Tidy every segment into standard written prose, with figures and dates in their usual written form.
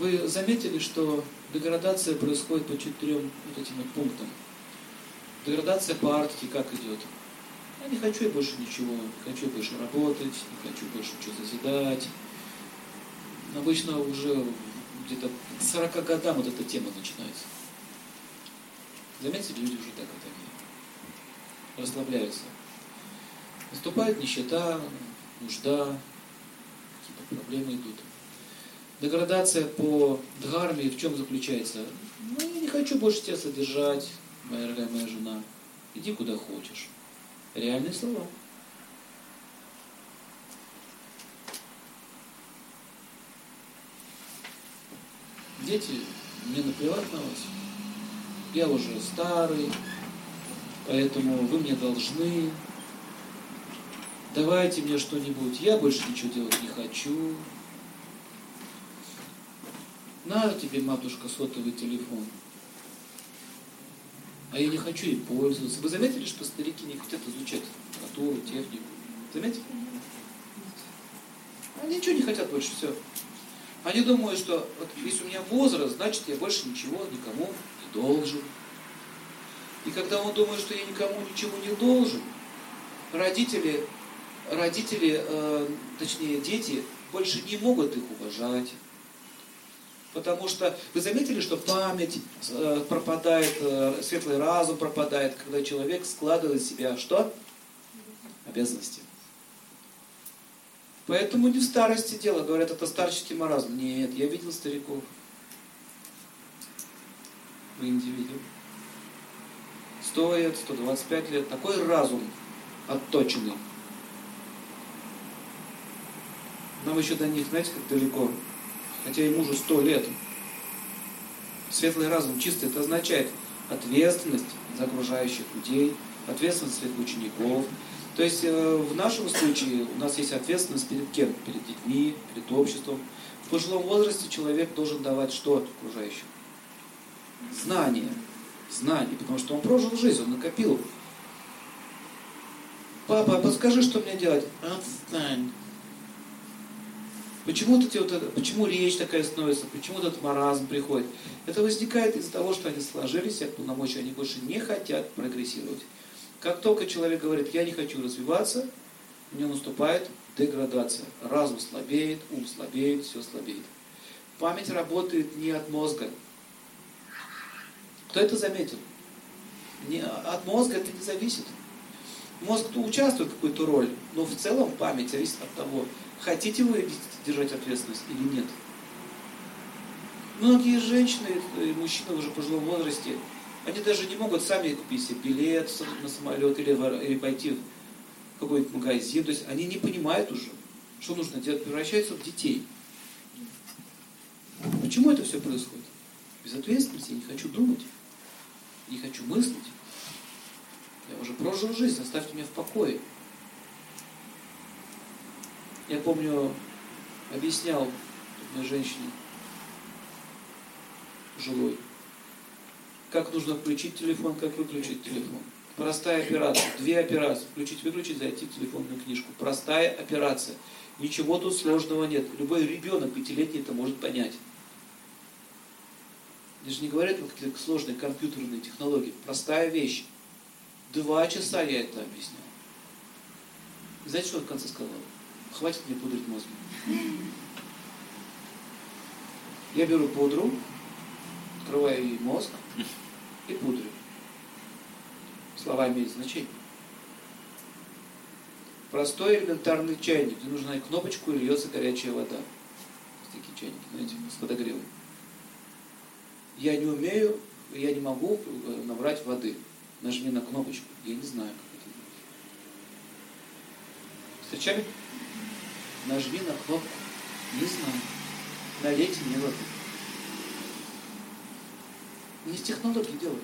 Вы заметили, что деградация происходит по 4 вот этим вот пунктам? Деградация по Арктике как идет? Я не хочу я больше ничего, не хочу я больше работать, не хочу больше ничего созидать. Обычно уже где-то к 40 годам вот эта тема начинается. Заметьте, люди уже так вот такие расслабляются. Наступает нищета, нужда, какие-то проблемы идут. Деградация по дхарме в чем заключается? Ну, я не хочу больше тебя содержать, моя дорогая моя жена. Иди куда хочешь. Реальные слова. Дети, мне наплевать на вас. Я уже старый, поэтому вы мне должны. Давайте мне что-нибудь. Я больше ничего делать не хочу. На тебе, матушка, сотовый телефон. А я не хочу им пользоваться. Вы заметили, что старики не хотят изучать литературу, технику? Заметили? Они ничего не хотят больше, все. Они думают, что вот, если у меня возраст, значит я больше ничего никому не должен. И когда он думает, что я никому ничего не должен, родители, точнее дети, больше не могут их уважать. Потому что вы заметили, что память пропадает, светлый разум пропадает, когда человек складывает в себя что? Обязанности. Поэтому не в старости дело. Говорят, это старческий маразм. Нет, я видел стариков. В Индии видел. 100 лет, 125 лет. Такой разум отточенный. Нам еще до них, знаете, как далеко. Хотя ему уже 100 лет. Светлый разум чистый, это означает ответственность за окружающих людей, ответственность своих учеников. То есть в нашем случае у нас есть ответственность перед кем? Перед детьми, перед обществом. В пожилом возрасте человек должен давать что окружающим? Знания. Знания, потому что он прожил жизнь, он накопил. Папа, а подскажи, что мне делать? Отстань. Почему речь такая становится, почему этот маразм приходит? Это возникает из-за того, что они сложились, все полномочия, они больше не хотят прогрессировать. Как только человек говорит, я не хочу развиваться, у него наступает деградация. Разум слабеет, ум слабеет, все слабеет. Память работает не от мозга. Кто это заметил? От мозга это не зависит. Мозг участвует в какой-то роли, но в целом память зависит от того, хотите вы держать ответственность или нет. Многие женщины и мужчины уже в пожилом возрасте, они даже не могут сами купить себе билет на самолет или пойти в какой-то магазин. То есть они не понимают уже, что нужно делать, превращаются в детей. Почему это все происходит? Безответственность, я не хочу думать, не хочу мыслить. Я уже прожил жизнь, оставьте меня в покое. Я помню, объяснял одной женщине жилой, как нужно включить телефон, как выключить телефон. Простая операция, 2 операции. Включить-выключить, зайти в телефонную книжку. Простая операция. Ничего тут сложного нет. Любой ребенок 5-летний это может понять. Я же не говорю о каких-то сложных компьютерных технологиях. Простая вещь. 2 часа я это объяснял. И знаете, что он в конце сказал? Хватит мне пудрить мозг. Я беру пудру, открываю ей мозг и пудрю. Слова имеют значение. Простой элементарный чайник, где нужна кнопочку и льется горячая вода. Такие чайники, знаете, с подогревом. Я не умею, я не могу набрать воды. Нажми на кнопочку. Я не знаю, как это делать. Встречали? Нажми на кнопку. Не знаю. Налейте мне воды. Не с технологией делают.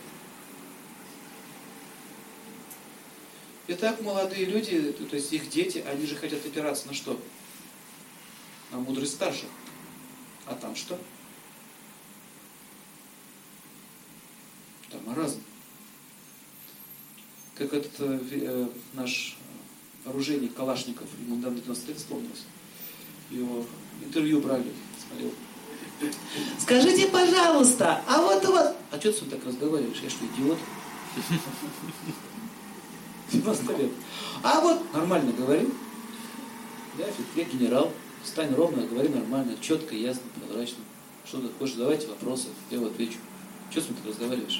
Итак, молодые люди, то есть их дети, они же хотят опираться на что? На мудрость старших. А там что? Там маразм. Как этот наш оружейник Калашников, ему недавно 90 лет вспомнился. Его интервью брали, смотрел. Скажите, пожалуйста, а вот у вас... А что ты с ним так разговариваешь? Я что, идиот? 90 лет. А вот нормально говори. Я генерал. Стань ровно, говори нормально, четко, ясно, прозрачно. Что ты хочешь, задавайте вопросы, я вот отвечу. Что с ним ты разговариваешь?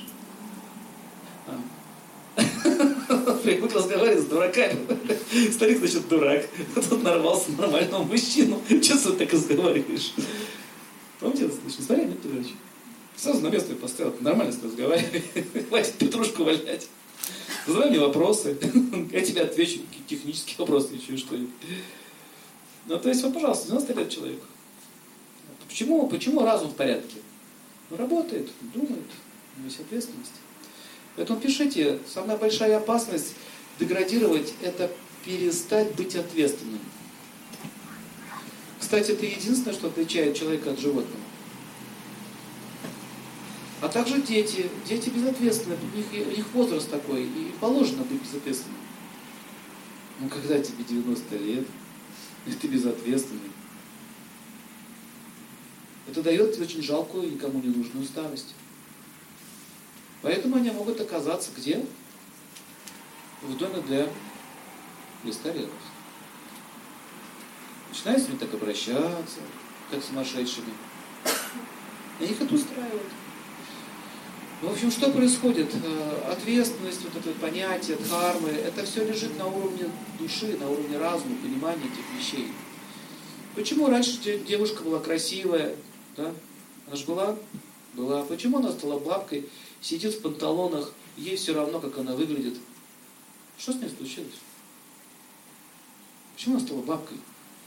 Привык разговаривать с дураками. Старик, значит, дурак. Тут нарвался на нормального мужчину. Что ты так разговариваешь? Помните, значит, смотри, нет, Петрович? Сразу на место поставил, нормально с тобой разговаривай. Хватит петрушку валять. Задавай мне вопросы. Я тебе отвечу, какие технические вопросы, еще что-нибудь. Ну, то есть, вот, пожалуйста, 90 лет человеку. Почему разум в порядке? Он работает, думает, у него есть ответственность. Поэтому пишите, самая большая опасность деградировать – это перестать быть ответственным. Кстати, это единственное, что отличает человека от животного. А также дети. Дети безответственны, у них возраст такой, и положено быть безответственным. Но когда тебе 90 лет, и ты безответственный, это дает тебе очень жалкую и никому не нужную старость. Поэтому они могут оказаться где? В доме для престарелых. Начинают с ними так обращаться, как с сумасшедшими. И их это устраивает. В общем, что происходит? Ответственность, вот это понятие, дхармы, это все лежит на уровне души, на уровне разума, понимания этих вещей. Почему раньше девушка была красивая? Да? Она же была. Почему она стала бабкой, сидит в панталонах, ей все равно, как она выглядит? Что с ней случилось? Почему она стала бабкой?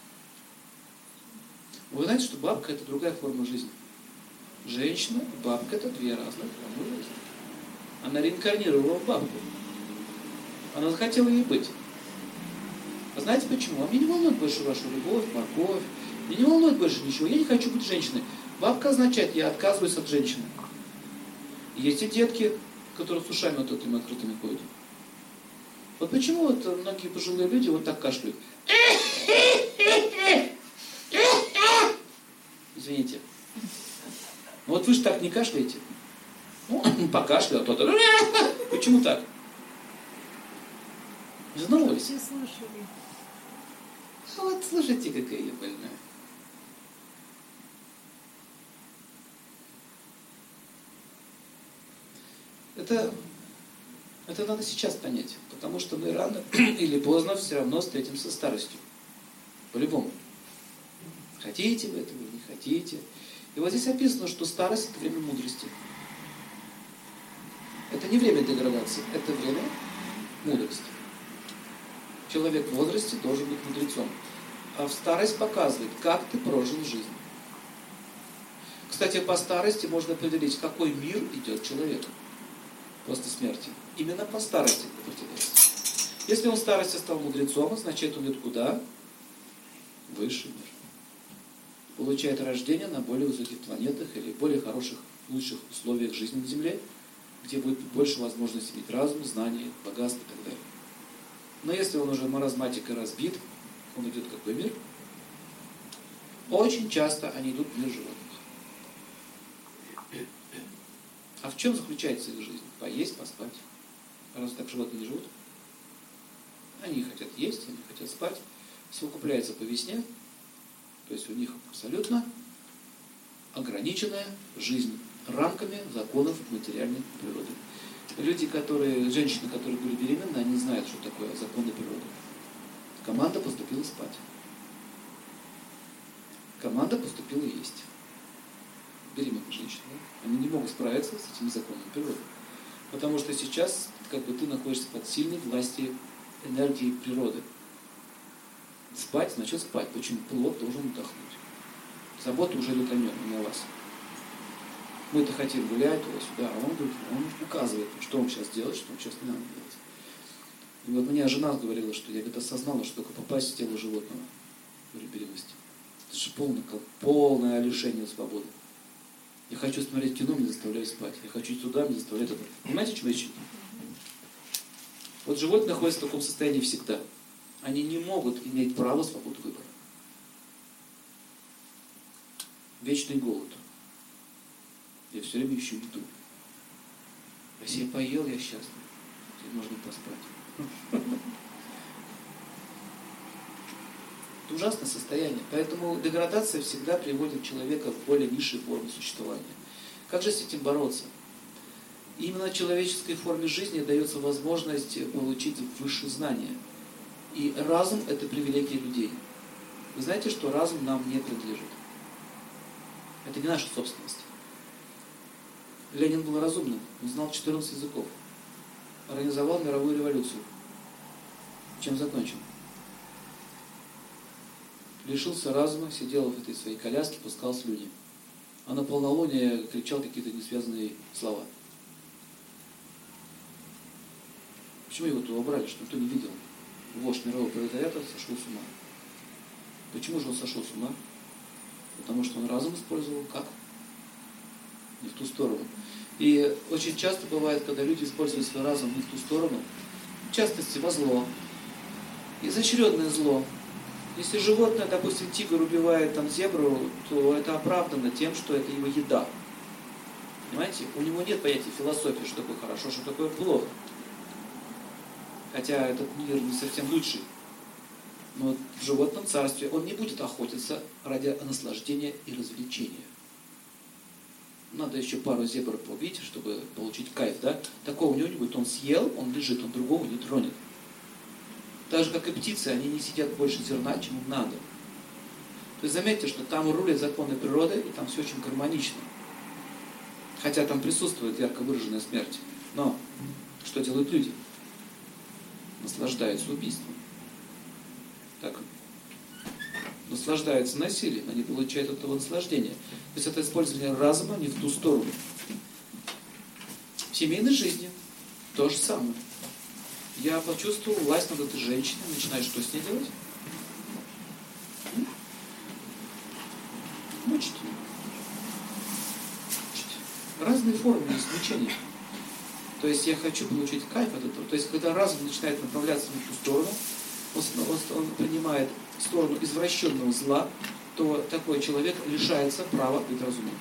Вы знаете, что бабка – это другая форма жизни. Женщина и бабка – это две разных формы жизни. Она реинкарнировала в бабку. Она захотела ей быть. А знаете почему? А меня не волнует больше ваша любовь, морковь. Меня не волнует больше ничего. Я не хочу быть женщиной. Бабка означает, я отказываюсь от женщины. Есть и детки, которые с ушами вот этими открытыми ходят. Вот почему вот многие пожилые люди вот так кашляют. Извините. Ну вот вы же так не кашляете. Ну, покашляю, а то-то. Почему так? Задумывались? Все слушали. А вот слушайте, какая я больная. Это надо сейчас понять, потому что мы рано или поздно все равно встретимся с старостью. По-любому. Хотите вы этого или не хотите. И вот здесь описано, что старость – это время мудрости. Это не время деградации, это время мудрости. Человек в возрасте должен быть мудрецом. А в старость показывает, как ты прожил жизнь. Кстати, по старости можно определить, в какой мир идет человек после смерти. Именно по старости это определяется. Если он в старости стал мудрецом, значит он идет куда? Высший мир. Получает рождение на более высоких планетах или более хороших, лучших условиях жизни на Земле, где будет больше возможностей иметь разум, знания, богатство и так далее. Но если он уже маразматик и разбит, он идет в какой мир? Очень часто они идут в мир животных. А в чем заключается их жизнь? Поесть, поспать. Разве так животные не живут? Они хотят есть, они хотят спать, совокупляются по весне, то есть у них абсолютно ограниченная жизнь рамками законов материальной природы. Женщины, которые были беременны, они знают, что такое законы природы. Команда поступила спать. Команда поступила есть. Беременные женщины. Да? Они не могут справиться с этими законами природы. Потому что сейчас ты находишься под сильной властью энергии природы. Спать значит спать. Почему? Плод должен отдохнуть. Забота уже идет о нем, не о вас. Мы-то хотим гулять туда-сюда, а он указывает, что он сейчас делает, что он сейчас не надо делать. И вот мне жена говорила, что я осознала, что только попасть в тело животного при беременности. Это же полное лишение свободы. Я хочу смотреть кино, меня заставляют спать. Я хочу туда, меня заставляют это. Понимаете, о чем речь? Вот животные находятся в таком состоянии всегда. Они не могут иметь право свободы выбора. Вечный голод. Я все время ищу еду. Если я поел, я счастлив. Теперь можно поспать. Это ужасное состояние. Поэтому деградация всегда приводит человека в более низшие формы существования. Как же с этим бороться? Именно в человеческой форме жизни дается возможность получить высшие знания. И разум – это привилегия людей. Вы знаете, что разум нам не принадлежит. Это не наша собственность. Ленин был разумным, он знал 14 языков. Организовал мировую революцию. Чем закончил? Лишился разума, сидел в этой своей коляске, пускал слюни. А на полнолуние кричал какие-то несвязанные слова. Почему его туда убрали, что никто не видел? Вождь мирового пролетариата сошел с ума. Почему же он сошел с ума? Потому что он разум использовал как? Не в ту сторону. И очень часто бывает, когда люди используют свой разум не в ту сторону, в частности во зло, изощренное зло. Если животное, допустим, тигр убивает там зебру, то это оправдано тем, что это его еда. Понимаете? У него нет понятия философии, что такое хорошо, что такое плохо. Хотя этот мир не совсем лучший. Но в животном царстве он не будет охотиться ради наслаждения и развлечения. Надо еще пару зебр побить, чтобы получить кайф, да? Такого у него не будет. Он съел, он лежит, он другого не тронет. Так же, как и птицы, они не сидят больше зерна, чем им надо. То есть заметьте, что там рулят законы природы, и там все очень гармонично. Хотя там присутствует ярко выраженная смерть. Но что делают люди? Наслаждаются убийством. Так? Наслаждаются насилием, они получают от этого наслаждение. То есть это использование разума не в ту сторону. В семейной жизни то же самое. Я почувствовал власть над этой женщиной, начинаю что с ней делать? Мучить ее. Разные формы есть мучения. То есть я хочу получить кайф от этого. То есть когда разум начинает направляться в ту сторону, он принимает сторону извращенного зла, то такой человек лишается права быть разумным.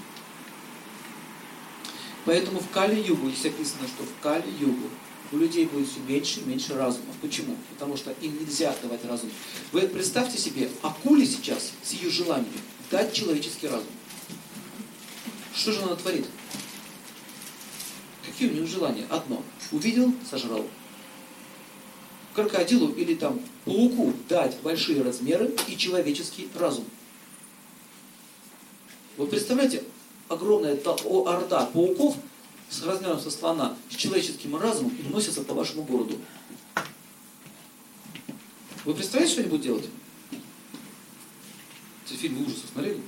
Поэтому в Кали-югу, здесь описано, что в Кали-югу у людей будет все меньше и меньше разума. Почему? Потому что им нельзя давать разум. Вы представьте себе, акуле сейчас с ее желанием дать человеческий разум. Что же она творит? Какие у нее желания? Одно. Увидел, сожрал. Крокодилу или там пауку дать большие размеры и человеческий разум. Вы представляете, огромная орда пауков с размером со слона, с человеческим разумом и носятся по вашему городу. Вы представляете, что они будут делать? Эти фильмы ужасов смотрели?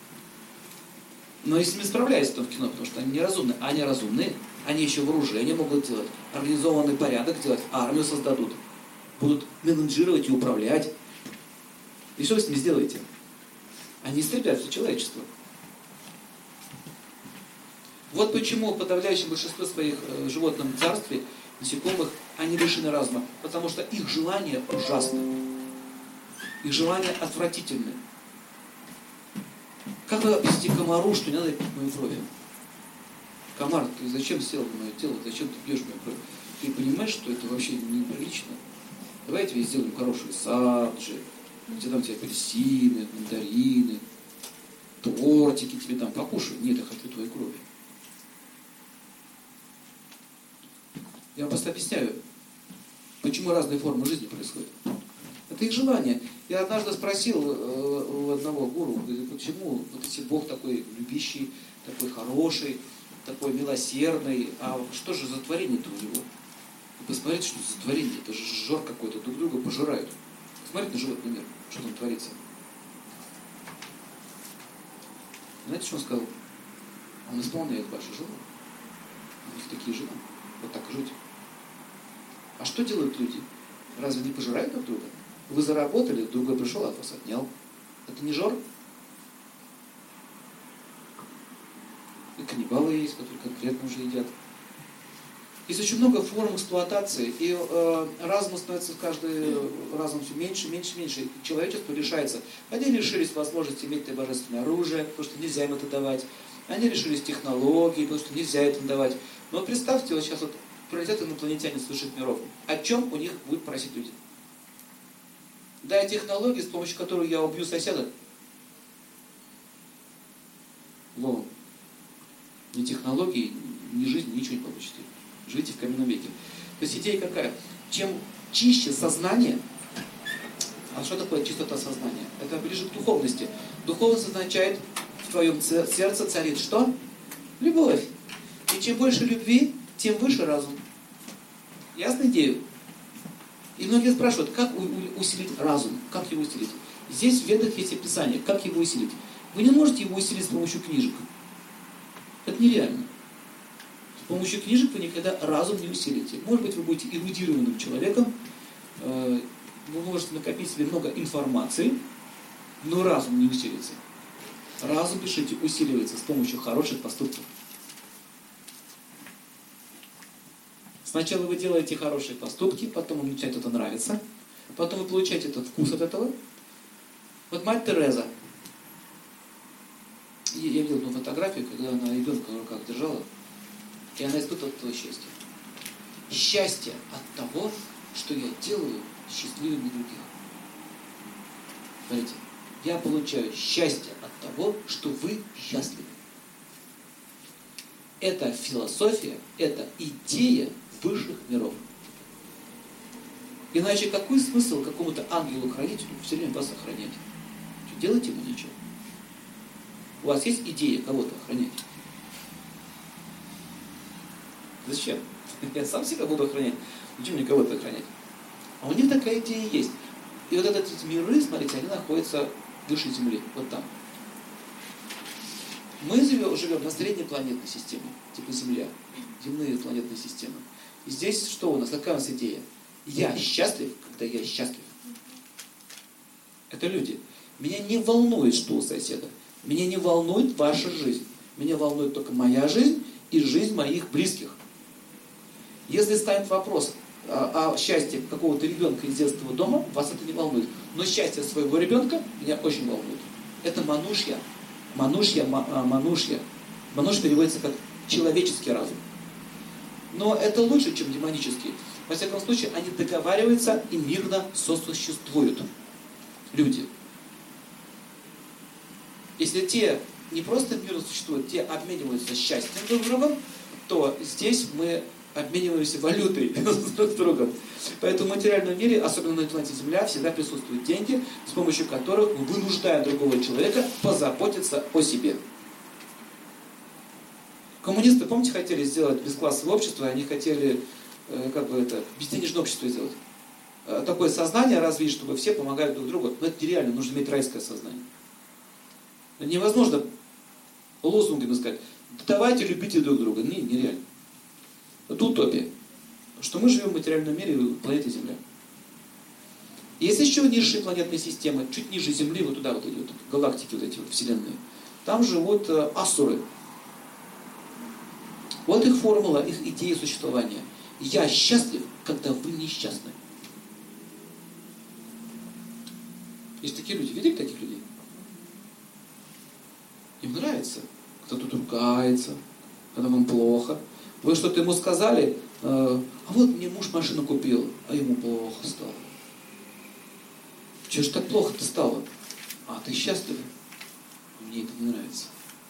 Но если не справляются там в кино, потому что они неразумны, а они разумные, они еще вооружение могут делать, организованный порядок делать, армию создадут, будут менеджировать и управлять. И что вы с ними сделаете? Они истребят все человечество. Вот почему подавляющее большинство своих животных в царстве, насекомых, они лишены разума. Потому что их желания ужасны. Их желания отвратительны. Как вы объясните комару, что не надо пить мою кровь? Комар, ты зачем сел в мое тело? Зачем ты пьешь мою кровь? Ты понимаешь, что это вообще неприлично? Давай тебе сделаем хороший саджи, где там тебе апельсины, мандарины, тортики тебе там покушай. Нет, я хочу твою кровь. Я вам просто объясняю, почему разные формы жизни происходят. Это их желание. Я однажды спросил у одного гуру, почему вот если Бог такой любящий, такой хороший, такой милосердный, а что же за творение-то у него? Вы посмотрите, что за творение, это же жор какой-то, друг друга пожирают. Смотрите на животный мир, что там творится. Знаете, что он сказал? Он исполняет ваши желания. У них такие желания. Вот так жить. А что делают люди? Разве не пожирают друг друга? Вы заработали, другой пришел, от вас отнял. Это не жор? И каннибалы есть, которые конкретно уже едят. Есть очень много форм эксплуатации, и разум становится каждый разом все меньше, меньше, меньше. И человечество лишается. Они лишились возможности иметь это божественное оружие, потому что нельзя им это давать. Они решили с технологией, потому что нельзя это давать. Но вот представьте, вот сейчас вот прилетят инопланетяне с высших миров. О чем у них будут просить люди? Дай технологии, с помощью которой я убью соседа. Вова. Ни технологии, ни жизнь, ничего не получите. Живите в каменном веке. То есть идея какая? Чем чище сознание, а что такое чистота сознания? Это ближе к духовности. Духовность означает, в твоем сердце царит что? Любовь. И чем больше любви, тем выше разум. Ясно идею? И многие спрашивают, как усилить разум? Как его усилить? Здесь в Ведах есть описание, как его усилить. Вы не можете его усилить с помощью книжек. Это нереально. С помощью книжек вы никогда разум не усилите. Может быть, вы будете эрудированным человеком, вы можете накопить себе много информации, но разум не усилится. Разум, пишите, усиливается с помощью хороших поступков. Сначала вы делаете хорошие поступки, потом вам начинает это нравиться, потом вы получаете этот вкус от этого. Вот мать Тереза. Я видел одну фотографию, когда она ребенка в руках держала, и она испытывала это счастье. Счастье от того, что я делаю счастливыми других. Смотрите, я получаю счастье от того, что вы счастливы. Это философия, это идея высших миров. Иначе какой смысл какому-то ангелу-хранителю все время вас охранять? Что, делать ему ничего? У вас есть идея кого-то охранять? Зачем? Я сам себя буду охранять. Зачем мне кого-то охранять? А у них такая идея есть. И вот эти миры, смотрите, они находятся выше Земли. Вот там. Мы живем на средней планетной системе, типа Земля. Земные планетные системы. И здесь что у нас? Какая у нас идея? Я счастлив, когда я счастлив. Это люди. Меня не волнует, что у соседа. Меня не волнует ваша жизнь. Меня волнует только моя жизнь и жизнь моих близких. Если станет вопрос о счастье какого-то ребенка из детского дома, вас это не волнует. Но счастье своего ребенка меня очень волнует. Это манушья. Манушья. Мануш переводится как человеческий разум. Но это лучше, чем демонический. Во всяком случае, они договариваются и мирно сосуществуют. Люди. Если те не просто мирно существуют, те обмениваются счастьем друг с другом, то здесь мы обмениваемся валютой друг с другом. Поэтому в материальном мире, особенно на планете Земля, всегда присутствуют деньги, с помощью которых мы вынуждаем другого человека позаботиться о себе. Коммунисты, помните, хотели сделать бесклассовое общество, они хотели безденежное общество сделать. Такое сознание развить, чтобы все помогали друг другу. Но это нереально, нужно иметь райское сознание. Невозможно лозунгами сказать, давайте любите друг друга. Нереально. Это утопия. Что мы живем в материальном мире, в планете Земля. Есть еще низшие планетные системы, чуть ниже Земли, вот туда вот идут галактики, вот эти вот вселенные. Там живут асуры. Вот их формула, их идея существования. Я счастлив, когда вы несчастны. Есть такие люди. Видели таких людей? Им нравится. Кто-то ругается, когда вам плохо. Вы что-то ему сказали, а вот мне муж машину купил, а ему плохо стало. Чего ж так плохо-то стало? А ты счастлив? Мне это не нравится.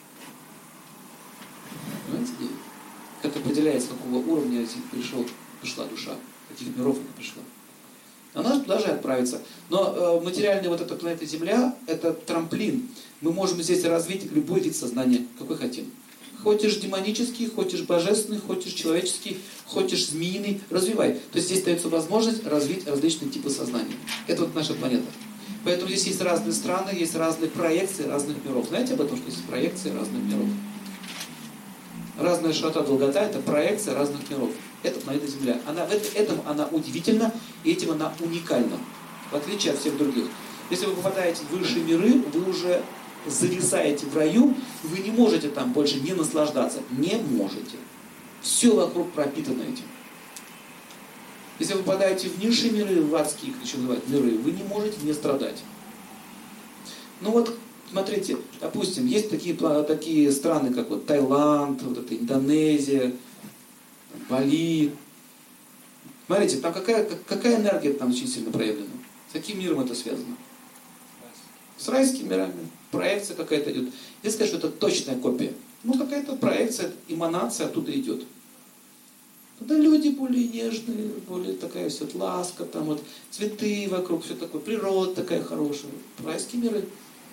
Понимаете, идея? Как определяется, с какого уровня пришла душа, каких миров она пришла. Она туда же отправится. Но материальная вот эта планета Земля, это трамплин. Мы можем здесь развить любой вид сознания, какой хотим. Хочешь демонический, хочешь божественный, хочешь человеческий, хочешь змеиный, развивай. То есть здесь дается возможность развить различные типы сознания. Это вот наша планета. Поэтому здесь есть разные страны, есть разные проекции разных миров. Знаете об этом, что есть проекции разных миров? Разная широта, долгота – это проекция разных миров. Это планета Земля. Этим она удивительна, и этим она уникальна, в отличие от всех других. Если вы попадаете в высшие миры, вы уже зависаете в раю, вы не можете там больше не наслаждаться. Не можете. Все вокруг пропитано этим. Если вы попадаете в низшие миры, в адские, еще называют, миры, вы не можете не страдать. Ну вот, Смотрите, допустим, есть такие страны, как вот Таиланд, вот это Индонезия, Бали. Смотрите, там какая энергия там очень сильно проявлена? С каким миром это связано? С райскими мирами. Проекция какая-то идет. Я скажу, что это точная копия. Ну, какая-то проекция, эманация оттуда идет. Туда люди более нежные, более такая все ласка, там вот цветы вокруг, все такое, природа такая хорошая. Райские миры.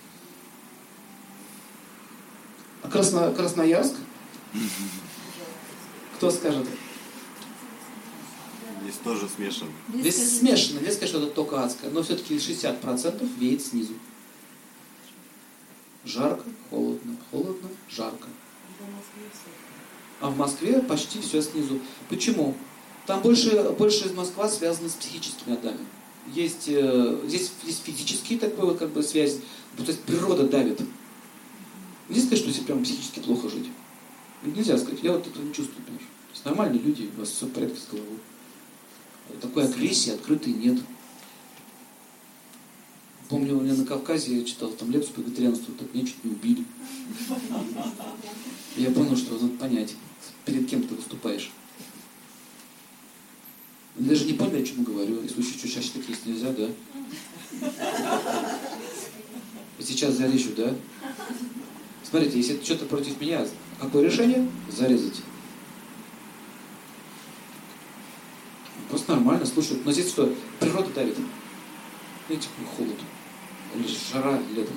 А Красноярск? Кто скажет? Здесь тоже смешано. Здесь смешано. Здесь, конечно, это только адское. Но все-таки 60% веет снизу. Жарко, холодно, холодно, жарко. А в Москве почти все снизу. Почему? Там больше из Москвы связано с психическими отдами. Здесь есть физические такой вот как бы связь. То есть природа давит. Нельзя сказать, что себе прям психически плохо жить. Нельзя сказать. Я вот этого не чувствую, понимаешь. То есть нормальные люди, у вас все в порядке с головой. Такой агрессии открытой нет. Помню, у меня на Кавказе я читал там лекцию по вегетарианству, так меня чуть не убили. И я понял, что надо понять, перед кем ты выступаешь. Я даже не понял, о чем говорю. Если еще чаще так есть нельзя, да? И сейчас зарежу, да? Смотрите, если это что-то против меня, какое решение? Зарезать. Просто нормально, слушай. Но здесь что? Природа давит. Знаете, какой холод. Или жара летом.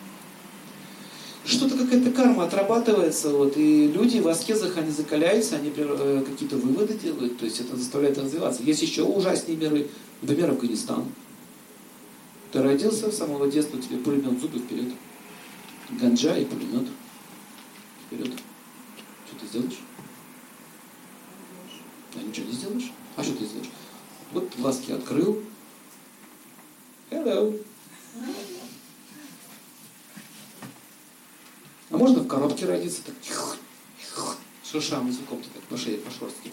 Что-то какая-то карма отрабатывается, вот, и люди в аскезах, они закаляются, они какие-то выводы делают, то есть это заставляет развиваться. Есть еще ужаснее миры, например, Афганистан. Ты родился, с самого детства тебе пулемет в зубы, вперед. Ганджа и пулемет. Вперед. Что ты сделаешь? А ничего не сделаешь? А что ты сделаешь? Вот глазки открыл. Hello. А можно в коробке родиться, так шершавым языком так по шее, по шерстке.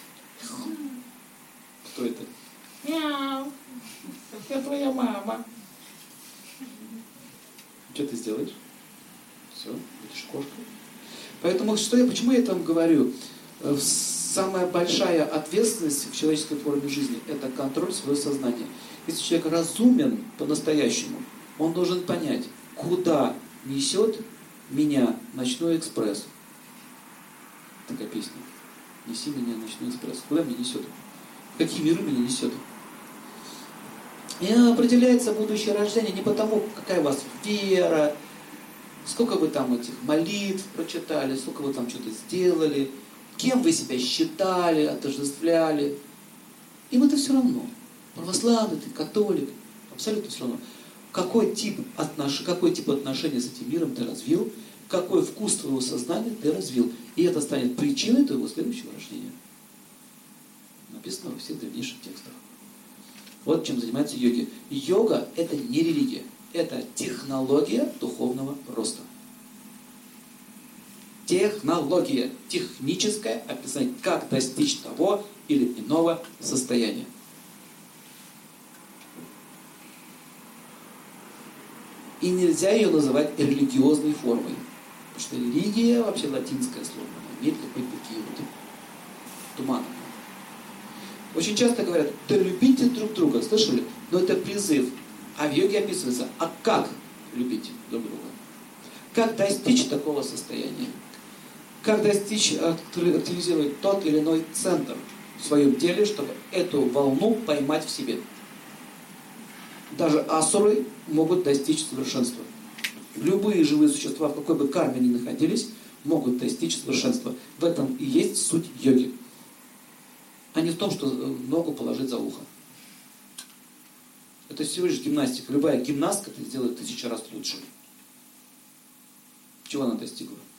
Кто это? Мяу. Я твоя мама. Что ты сделаешь? Все, будешь кошкой. Поэтому почему я это вам говорю? Самая большая ответственность в человеческой форме жизни – это контроль своего сознания. Если человек разумен по-настоящему, он должен понять, куда несет меня ночной экспресс. Такая песня. Неси меня ночной экспресс. Куда меня несет? В какие миры меня несет? И определяется будущее рождение не потому, какая у вас вера, сколько вы там этих молитв прочитали, сколько вы там что-то сделали, кем вы себя считали, отождествляли. Им это все равно. Православный ты, католик, абсолютно все равно. Какой тип отношений с этим миром ты развил, какой вкус твоего сознания ты развил. И это станет причиной твоего следующего рождения. Написано во всех древнейших текстах. Вот чем занимаются йоги. Йога – это не религия, это технология духовного роста. Технология, техническое описание, как достичь того или иного состояния. И нельзя ее называть религиозной формой. Потому что религия, вообще латинское слово, имеет какие-то такие вот туманы. Очень часто говорят, да любите друг друга, слышали? Но это призыв. А в йоге описывается, а как любить друг друга? Как достичь такого состояния? Как достичь, активизировать тот или иной центр в своем теле, чтобы эту волну поймать в себе. Даже асуры могут достичь совершенства. Любые живые существа, в какой бы карме ни находились, могут достичь совершенства. В этом и есть суть йоги. А не в том, что ногу положить за ухо. Это всего лишь гимнастика. Любая гимнастка это сделает 1000 раз лучше. Чего она достигла?